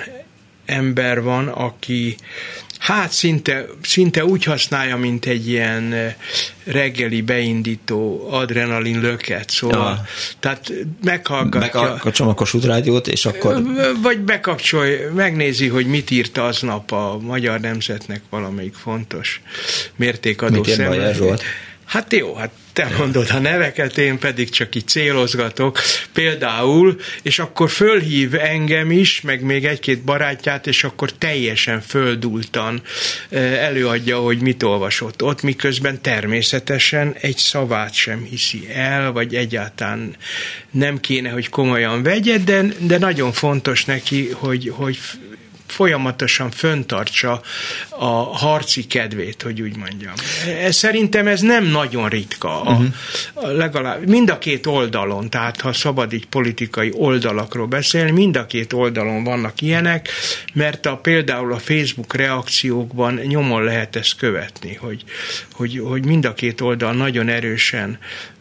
ember van, aki hát szinte, szinte úgy használja, mint egy ilyen reggeli beindító adrenalin löket, szóval ja. Tehát meghallgatja.
Bekapcsolom a Kossuth rádiót, és akkor...
Vagy bekapcsolj, megnézi, hogy mit írt aznap a Magyar Nemzetnek valamelyik fontos mértékadó szemlély. Hát jó, hát te mondod a neveket, én pedig csak így célozgatok. Például, és akkor fölhív engem is, meg még egy-két barátját, és akkor teljesen földultan előadja, hogy mit olvasott ott, miközben természetesen egy szavát sem hiszi el, vagy egyáltalán nem kéne, hogy komolyan vegye, de, de nagyon fontos neki, hogy, hogy folyamatosan föntartsa a harci kedvét, hogy úgy mondjam. Szerintem ez nem nagyon ritka. A, a legalább mind a két oldalon, tehát ha szabad így politikai oldalakról beszélni, mind a két oldalon vannak ilyenek, mert a, például a Facebook reakciókban nyomon lehet ezt követni, hogy, hogy, hogy mind a két oldal nagyon erősen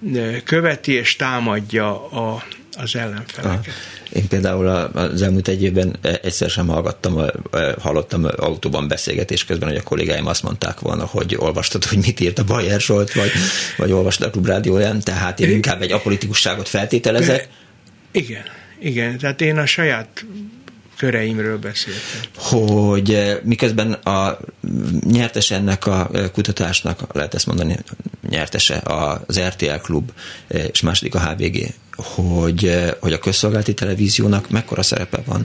követi és támadja a, az ellenfeleket.
Ah. Én például az elmúlt egy évben egyszer sem hallgattam, hallottam autóban beszélgetés közben, hogy a kollégáim azt mondták volna, hogy olvastad, hogy mit írt a Bayer Zsolt, vagy, vagy olvastad a Klubrádióján, tehát én inkább egy apolitikusságot feltételezek.
Igen, igen, tehát én a saját köreimről beszéltem.
Hogy miközben a nyertese ennek a kutatásnak, lehet ezt mondani, nyertese az er té el Klub, és második a há vé gé, hogy, hogy a közszolgálati televíziónak mekkora szerepe van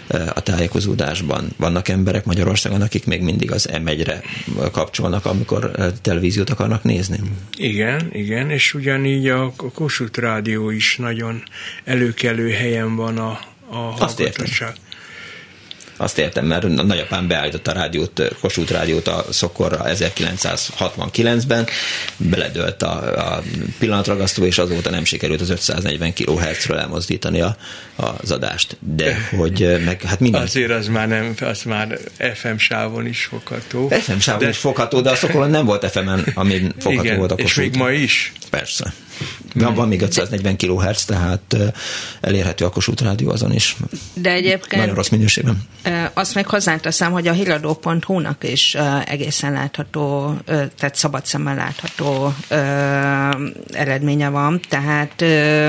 a tájékozódásban. Vannak emberek Magyarországon, akik még mindig az em egyre kapcsolnak, amikor televíziót akarnak nézni?
Igen, igen, és ugyanígy a Kossuth Rádió is nagyon előkelő helyen van a, a hallgatottság.
Azt értem, mert a nagyapám beállított a rádiót, Kossuth rádiót a Szokorra ezerkilencszázhatvankilencben, beledőlt a, a pillanatragasztó, és azóta nem sikerült az ötszáznegyven kilohertzről elmozdítani a, az adást. De hogy meg, hát minden...
Azért az már nem, az már ef em sávon is fogható.
ef em sávon de... is fogható, de a Szokoron nem volt ef em-en, amin fogható
igen,
volt a Kossuth.
És még ma is?
Persze. Van, van még ötszáznegyven kilohertz, tehát elérhető a Kossuth rádió azon is.
De egyébként
nagyon rossz minőségben.
Azt még hozzáteszem, hogy a híradó pont hu-nak is egészen látható, tehát szabad szemmel látható eredménye van, tehát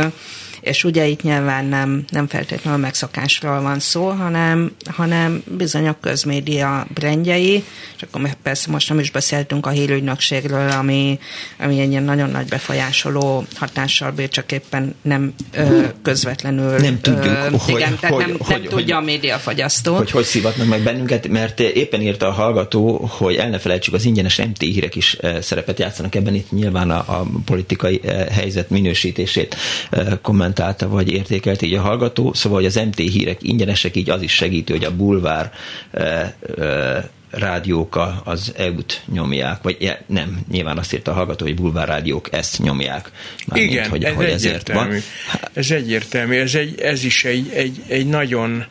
és ugye itt nyilván nem, nem feltétlenül megszokásról van szó, hanem, hanem bizony a közmédia brandjei, és akkor persze most nem is beszéltünk a hírügynökségről, ami, ami egy ilyen nagyon nagy befolyásoló hatással bír, csak éppen nem ö, közvetlenül.
Nem tudjuk,
ö,
hogy,
igen, tehát
hogy,
nem,
hogy,
nem
hogy,
tudja a médiafogyasztó.
Hogy hogy szivatnak meg bennünket, mert éppen írta a hallgató, hogy el ne felejtsük, az ingyenes em té hírek is szerepet játszanak ebben, itt nyilván a, a politikai helyzet minősítését kommentálta, vagy értékelt így a hallgató, szóval, hogy az em té hírek ingyenesek, így az is segíti, hogy a bulvár e, e, rádiók az é u-t nyomják, vagy ja, nem, nyilván azt írta a hallgató, hogy bulvár rádiók ezt nyomják. Mármint,
igen,
hogy,
ez
hogy
egyértelmű. Van. Ez egyértelmű, ez, egy, ez is egy, egy, egy nagyon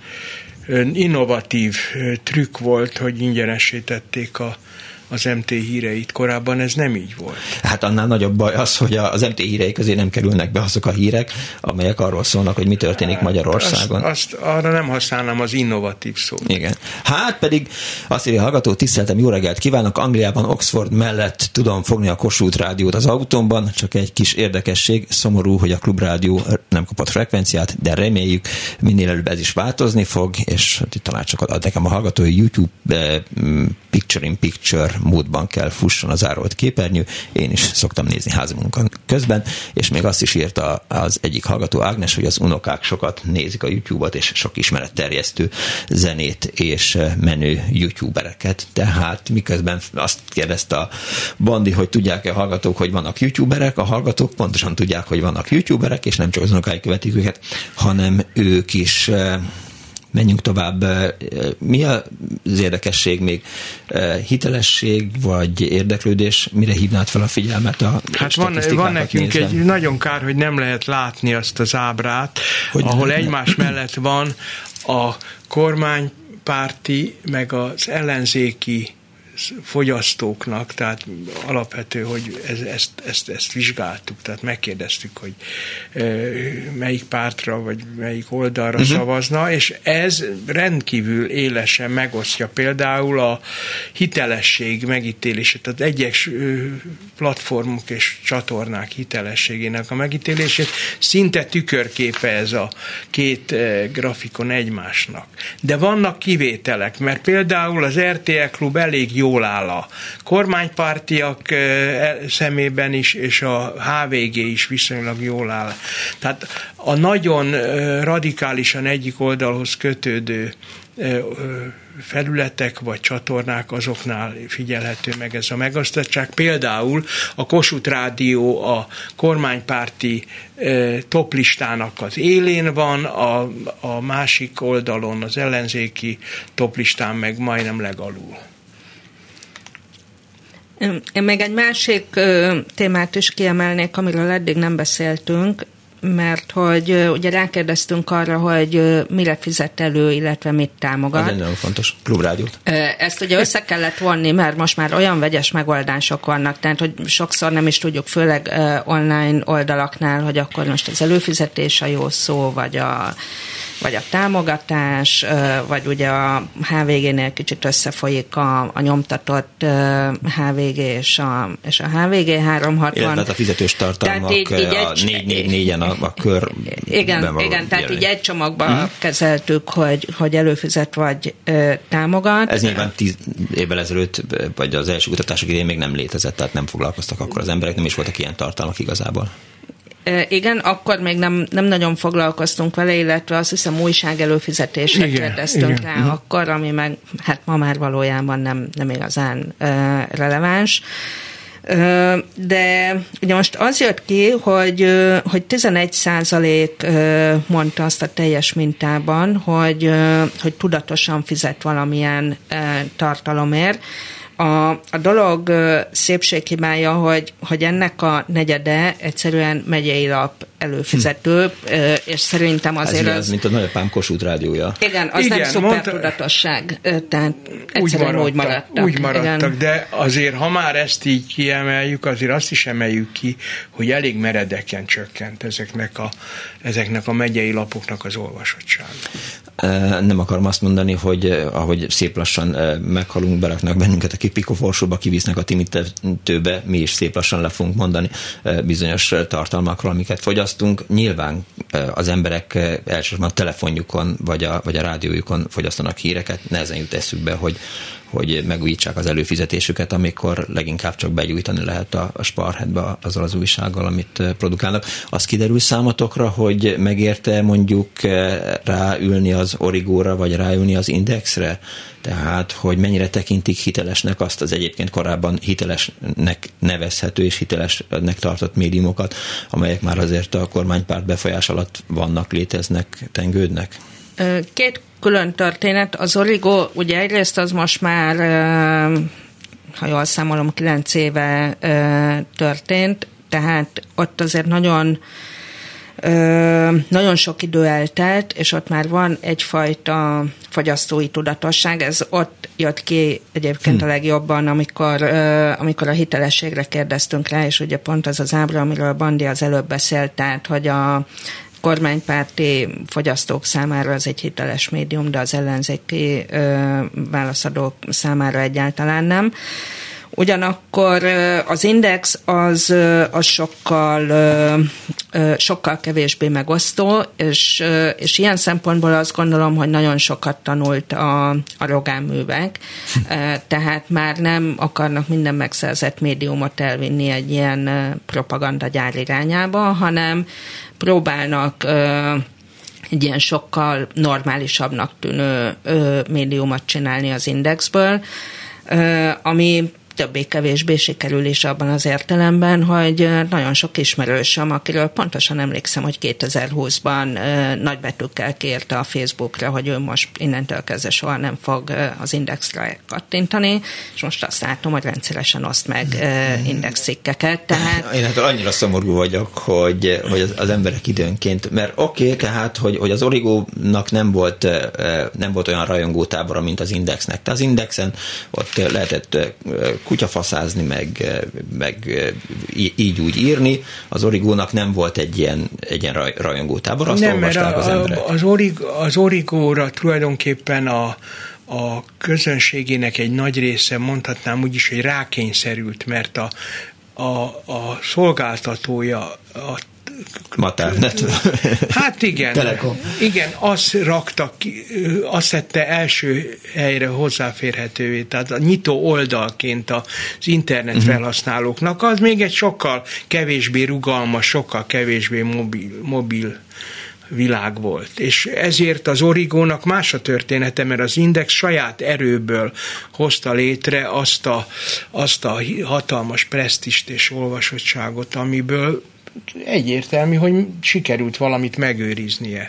innovatív trükk volt, hogy ingyenesítették a az em té híreit. Korábban ez nem így volt.
Hát annál nagyobb baj az, hogy az em té hírei közé nem kerülnek be azok a hírek, amelyek arról szólnak, hogy mi történik hát, Magyarországon.
Azt, azt arra nem használnám az innovatív szót.
Igen. Hát pedig azt írja a hallgató, tiszteltem, jó reggelt kívánok, Angliában, Oxford mellett tudom fogni a Kossuth rádiót az autómban, csak egy kis érdekesség, szomorú, hogy a klubrádió nem kapott frekvenciát, de reméljük, minél előbb ez is változni fog, és talán csak ad nekem a hallgató, hogy YouTube Picture in Picture módban kell fusson az árolt képernyő. Én is szoktam nézni házimunka közben, és még azt is írta az egyik hallgató, Ágnes, hogy az unokák sokat nézik a YouTube-ot, és sok ismeretterjesztő zenét és menő youtubereket. Tehát miközben azt kérdezte a Bandi, hogy tudják-e a hallgatók, hogy vannak youtuberek, a hallgatók pontosan tudják, hogy vannak youtuberek, és nem csak az unokái követik őket, hanem ők is. Menjünk tovább. Mi az érdekesség még? Hitelesség vagy érdeklődés? Mire hívnád fel a figyelmet a
Hát van, van nekünk nézve? Egy nagyon kár, hogy nem lehet látni azt az ábrát, hogy ahol lehetne? Egymás mellett van a kormánypárti meg az ellenzéki fogyasztóknak, tehát alapvető, hogy ez, ezt, ezt, ezt vizsgáltuk, tehát megkérdeztük, hogy e, melyik pártra, vagy melyik oldalra uh-huh. szavazna, és ez rendkívül élesen megosztja például a hitelesség megítélését, tehát egyes platformok és csatornák hitelességének a megítélését, szinte tükörképe ez a két grafikon egymásnak. De vannak kivételek, mert például az er té é Klub elég jól áll a kormánypártiak szemében is, és a há vé gé is viszonylag jól áll. Tehát a nagyon radikálisan egyik oldalhoz kötődő felületek vagy csatornák, azoknál figyelhető meg ez a megosztottság. Például a Kossuth Rádió a kormánypárti toplistának az élén van, a, a másik oldalon az ellenzéki toplistán meg majdnem legalul.
Én még egy másik ö, témát is kiemelnék, amiről eddig nem beszéltünk, mert hogy ö, ugye rákérdeztünk arra, hogy ö, mire fizet elő, illetve mit támogat.
Ez egy nagyon fontos klubrádiót.
Ezt ugye össze kellett vonni, mert most már olyan vegyes megoldások vannak, tehát hogy sokszor nem is tudjuk, főleg ö, online oldalaknál, hogy akkor most az előfizetés a jó szó, vagy a vagy a támogatás, vagy ugye a há vé génél kicsit összefolyik a, a nyomtatott há vé gé és a, és a há vé gé háromszázhatvan.
Illetve a fizetős tartalmak
így, így
a négy négy négyen a, a kör.
Igen, igen, tehát így egy csomagban uh-huh. kezeltük, hogy, hogy előfizet vagy ö, támogat.
Ez nyilván tíz évvel ezelőtt, vagy az első kutatások idején még nem létezett, tehát nem foglalkoztak akkor az emberek, nem is voltak ilyen tartalmak igazából.
Igen, akkor még nem, nem nagyon foglalkoztunk vele, illetve azt hiszem újság előfizetésre kérdeztünk igen. rá uh-huh. akkor, ami meg hát ma már valójában nem, nem igazán uh, releváns. De ugye most az jött ki, hogy, hogy tizenegy százalék mondta azt a teljes mintában, hogy, hogy tudatosan fizet valamilyen tartalomért. A, a dolog szépséghibája, hogy, hogy ennek a negyede egyszerűen megyei lap előfizető, hm. és szerintem azért
Ez
az...
mint a nagyapám Kossuth rádiója.
Igen, az igen, nem szuper mondta, tudatosság, tehát egyszerűen úgy maradtak. Úgy maradtak,
úgy maradtak de azért, ha már ezt így kiemeljük, azért azt is emeljük ki, hogy elég meredeken csökkent ezeknek a, ezeknek a megyei lapoknak az olvasottsága.
Nem akarom azt mondani, hogy ahogy szép lassan meghalunk, beraknak bennünket a kipikoforsóba, kivisznek a timitetőbe, mi is szép lassan le fogunk mondani bizonyos tartalmakról, amiket fogyasztunk. Nyilván az emberek elsősorban a telefonjukon vagy a, vagy a rádiójukon fogyasztanak híreket, nehezen jut eszükbe, hogy hogy megújítsák az előfizetésüket, amikor leginkább csak begyújtani lehet a, a Sparheadbe azzal az újsággal, amit produkálnak. Az kiderül számotokra, hogy megérte mondjuk ráülni az Origóra, vagy ráülni az Indexre? Tehát, hogy mennyire tekintik hitelesnek azt az egyébként korábban hitelesnek nevezhető és hitelesnek tartott médiumokat, amelyek már azért a kormánypárt befolyás alatt vannak, léteznek, tengődnek?
Két külön történet. Az Origo, ugye egyrészt az most már, ha jól számolom, kilenc éve történt, tehát ott azért nagyon nagyon sok idő eltelt, és ott már van egyfajta fogyasztói tudatosság. Ez ott jött ki egyébként hmm. a legjobban, amikor, amikor a hitelességre kérdeztünk rá, és ugye pont az az ábra, amiről Bandi az előbb beszélt, tehát, hogy a kormánypárti fogyasztók számára az egy hiteles médium, de az ellenzéki ö, válaszadók számára egyáltalán nem. Ugyanakkor az Index az, az sokkal, sokkal kevésbé megosztó, és, és ilyen szempontból azt gondolom, hogy nagyon sokat tanult a, a Rogán művek, tehát már nem akarnak minden megszerzett médiumot elvinni egy ilyen propagandagyár irányába, hanem próbálnak egy ilyen sokkal normálisabbnak tűnő médiumot csinálni az Indexből, ami többé-kevésbé sikerül is abban az értelemben, hogy nagyon sok ismerősöm, akiről pontosan emlékszem, hogy kétezer-húszban nagybetűkkel kérte a Facebookra, hogy ő most innentől kezdve soha nem fog az Indexre kattintani, és most azt látom, hogy rendszeresen oszt meg indexcikkeket. Tehát...
Én hát annyira szomorú vagyok, hogy, hogy az, az emberek időnként, mert oké, okay, tehát, hogy, hogy az Origónak nem volt, nem volt olyan rajongótábora, mint az Indexnek. Tehát az Indexen ott lehetett kutyafaszázni, meg, meg így úgy írni. Az Origónak nem volt egy ilyen, egy ilyen rajongótábor, azt nem, olvasták az emberek.
Az, orig, az Origóra tulajdonképpen a, a közönségének egy nagy része, mondhatnám úgy is, hogy rákényszerült, mert a, a, a szolgáltatója a
Matávnet.
Hát igen.
Telekom.
Igen, azt raktak, azt tette első helyre hozzáférhetővé, tehát a nyitó oldalként az internet uh-huh. felhasználóknak, az még egy sokkal kevésbé rugalmas, sokkal kevésbé mobil, mobil világ volt. És ezért az Origónak más a története, mert az Index saját erőből hozta létre azt a, azt a hatalmas presztist és olvasottságot, amiből egyértelmű, hogy sikerült valamit megőriznie.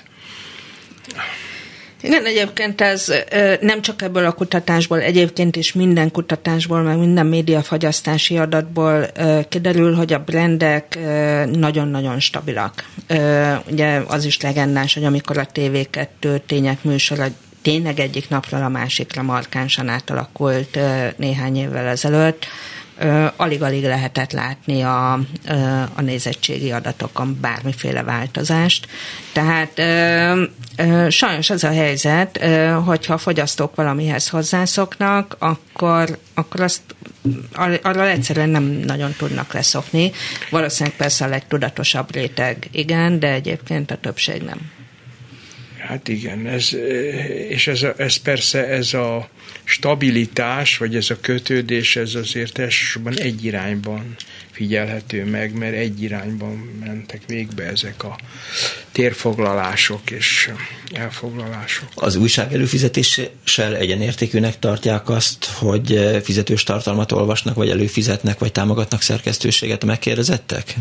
Igen, egyébként ez nem csak ebből a kutatásból, egyébként is minden kutatásból, meg minden médiafogyasztási adatból kiderül, hogy a brandek nagyon-nagyon stabilak. Ugye az is legendás, hogy amikor a té vé kettő tények műsora tényleg egyik napról a másikra markánsan átalakult néhány évvel ezelőtt, alig-alig lehetett látni a, a nézettségi adatokon bármiféle változást. Tehát sajnos az a helyzet, hogyha a fogyasztók valamihez hozzászoknak, akkor, akkor azt arra egyszerűen nem nagyon tudnak leszokni. Valószínűleg persze a legtudatosabb réteg igen, de egyébként a többség nem.
Hát igen, ez, és ez, a, ez persze ez a stabilitás, vagy ez a kötődés, ez azért elsősorban egy irányban figyelhető meg, mert egy irányban mentek végbe ezek a térfoglalások és elfoglalások.
Az újság előfizetéssel egyenértékűnek tartják azt, hogy fizetős tartalmat olvasnak, vagy előfizetnek, vagy támogatnak szerkesztőséget a megkérdezettek?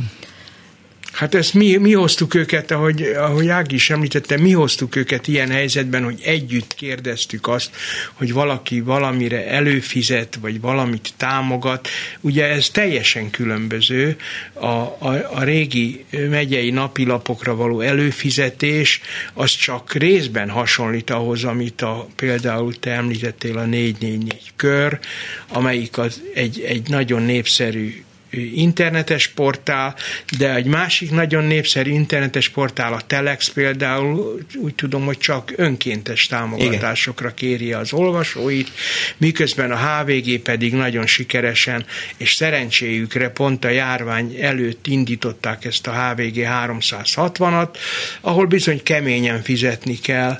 Hát ezt mi, mi hoztuk őket, ahogy, ahogy Ági is említette, mi hoztuk őket ilyen helyzetben, hogy együtt kérdeztük azt, hogy valaki valamire előfizet, vagy valamit támogat. Ugye ez teljesen különböző. A, a, a régi megyei napilapokra való előfizetés, az csak részben hasonlít ahhoz, amit a, például te említettél, a négy négy négy kör, amelyik az egy, egy nagyon népszerű internetes portál, de egy másik nagyon népszerű internetes portál, a Telex például, úgy tudom, hogy csak önkéntes támogatásokra kéri az olvasóit, miközben a há vé gé pedig nagyon sikeresen, és szerencséjükre pont a járvány előtt indították ezt a há vé gé háromszázhatvanat, ahol bizony keményen fizetni kell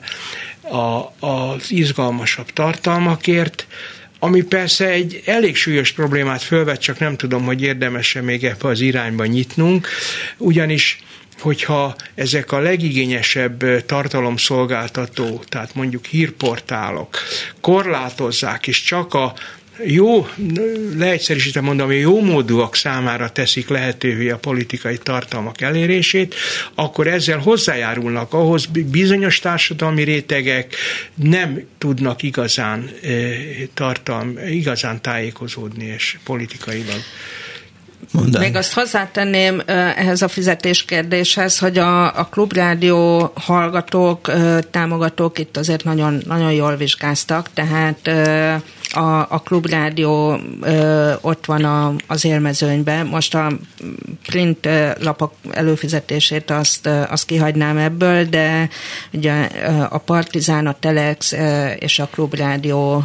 a, az izgalmasabb tartalmakért, ami persze egy elég súlyos problémát fölvet, csak nem tudom, hogy érdemes-e még ebbe az irányba nyitnunk, ugyanis hogyha ezek a legigényesebb tartalomszolgáltató, tehát mondjuk hírportálok korlátozzák, és csak a jó, leegyszerűsítve mondom, hogy jó módúak számára teszik lehetővé a politikai tartalmak elérését, akkor ezzel hozzájárulnak ahhoz, bizonyos társadalmi rétegek nem tudnak igazán tartalm, igazán tájékozódni és politikailag.
Mondani. Még azt hozzátenném ehhez a fizetéskérdéshez, hogy a, a klubrádió hallgatók, támogatók itt azért nagyon, nagyon jól vizsgáztak, tehát a, a klubrádió ott van a, az élmezőnyben. Most a print lapok előfizetését azt, azt kihagynám ebből, de ugye a Partizán, a Telex és a klubrádió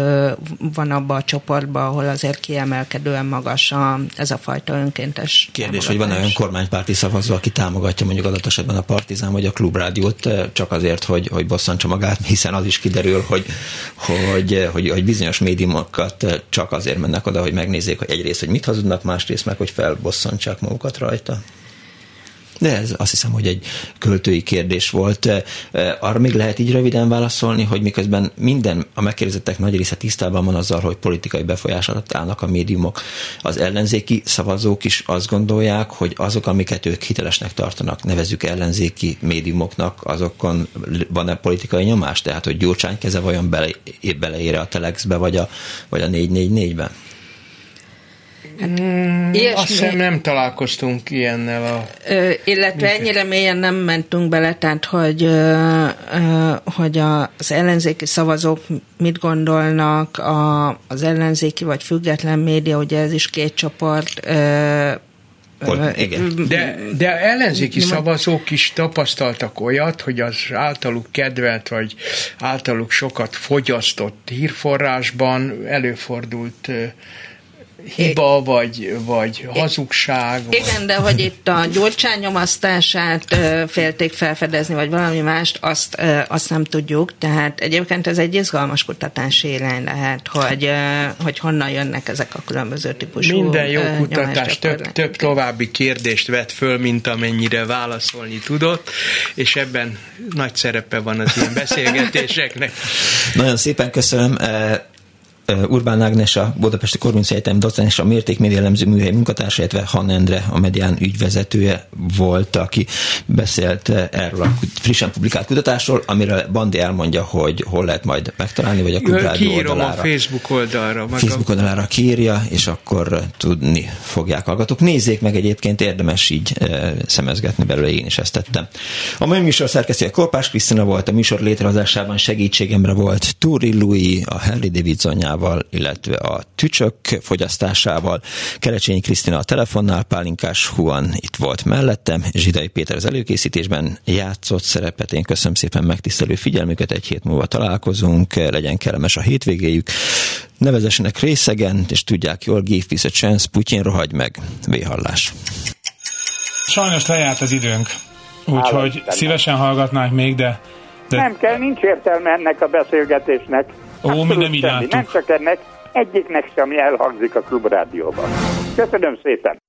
van abban a csoportban, ahol azért kiemelkedően magas a, ez a fajta önkéntes
kérdés, hogy van olyan kormánypárti szavazó, aki támogatja mondjuk adott esetben a Partizán vagy a klubrádiót csak azért, hogy, hogy bosszantsa magát, hiszen az is kiderül, hogy, hogy, hogy, hogy bizonyos médiumokat csak azért mennek oda, hogy megnézzék, hogy egyrészt, hogy mit hazudnak, másrészt meg, hogy felbosszantsák magukat rajta. De ez azt hiszem, hogy egy költői kérdés volt. Arra még lehet így röviden válaszolni, hogy miközben minden, a megkérdezettek nagy része tisztában van azzal, hogy politikai befolyás alatt állnak a médiumok, az ellenzéki szavazók is azt gondolják, hogy azok, amiket ők hitelesnek tartanak, nevezzük ellenzéki médiumoknak, azokon van-e politikai nyomás? Tehát, hogy Gyurcsány keze vajon bele, beleére a Telexbe, vagy a, vagy a négy négy négybe?
Hmm, azt hiszem nem találkoztunk ilyennel a...
Ö, illetve ennyire mélyen nem mentünk bele, tehát hogy, ö, ö, hogy a, az ellenzéki szavazók mit gondolnak, a, az ellenzéki vagy független média, ugye ez is két csoport. Ö,
Hogy, igen.
De, de ellenzéki szavazók is tapasztaltak olyat, hogy az általuk kedvelt, vagy általuk sokat fogyasztott hírforrásban előfordult hiba, vagy, vagy hazugság.
Igen, vagy... de hogy itt a Gyurcsány nyomasztását félték felfedezni, vagy valami mást, azt, azt nem tudjuk. Tehát egyébként ez egy izgalmas kutatási irány lehet, hogy, hogy honnan jönnek ezek a különböző típusú
minden jó kutatás több, több további kérdést vett föl, mint amennyire válaszolni tudott, és ebben nagy szerepe van az ilyen beszélgetéseknek.
Nagyon szépen köszönöm. Urbán Ágnes, a Budapesti Corvinus Egyetem docens, a Mértékmédia Elemző Műhely munkatársa, illetve Han Endre, a Medián ügyvezetője volt, aki beszélt erről a frissen publikált kutatásról, amiről Bandi elmondja, hogy hol lehet majd megtalálni, vagy a Klubrádió oldalára.
a Facebook oldalra.
Facebook oldalára kiírja, és akkor tudni fogják hallgatók. Nézzék meg, egyébként érdemes így e, szemezgetni belőle, én is ezt tettem. A mai műsor szerkesztője Korpás Krisztina volt, a műsor létrehozásában segítségemre volt Túri Louis, a Harley Davidsonjával, illetve a tücsök fogyasztásával. Kerecsényi Krisztina a telefonnál, Pálinkás Huan itt volt mellettem, Zsidai Péter az előkészítésben játszott szerepet. Én köszönöm szépen megtisztelő figyelmüket, egy hét múlva találkozunk, legyen kellemes a hétvégéjük, nevezessenek részegen, és tudják jól, give peace a chance, Putyin rohagy meg, véhallás.
Sajnos lejárt az időnk, úgyhogy szívesen hallgatnánk még, de, de...
Nem kell, nincs értelme ennek a beszélgetésnek.
Ó, mi nem így láttuk.
Nem csak ennek, egyiknek sem elhangzik a Klubrádióban. Köszönöm szépen!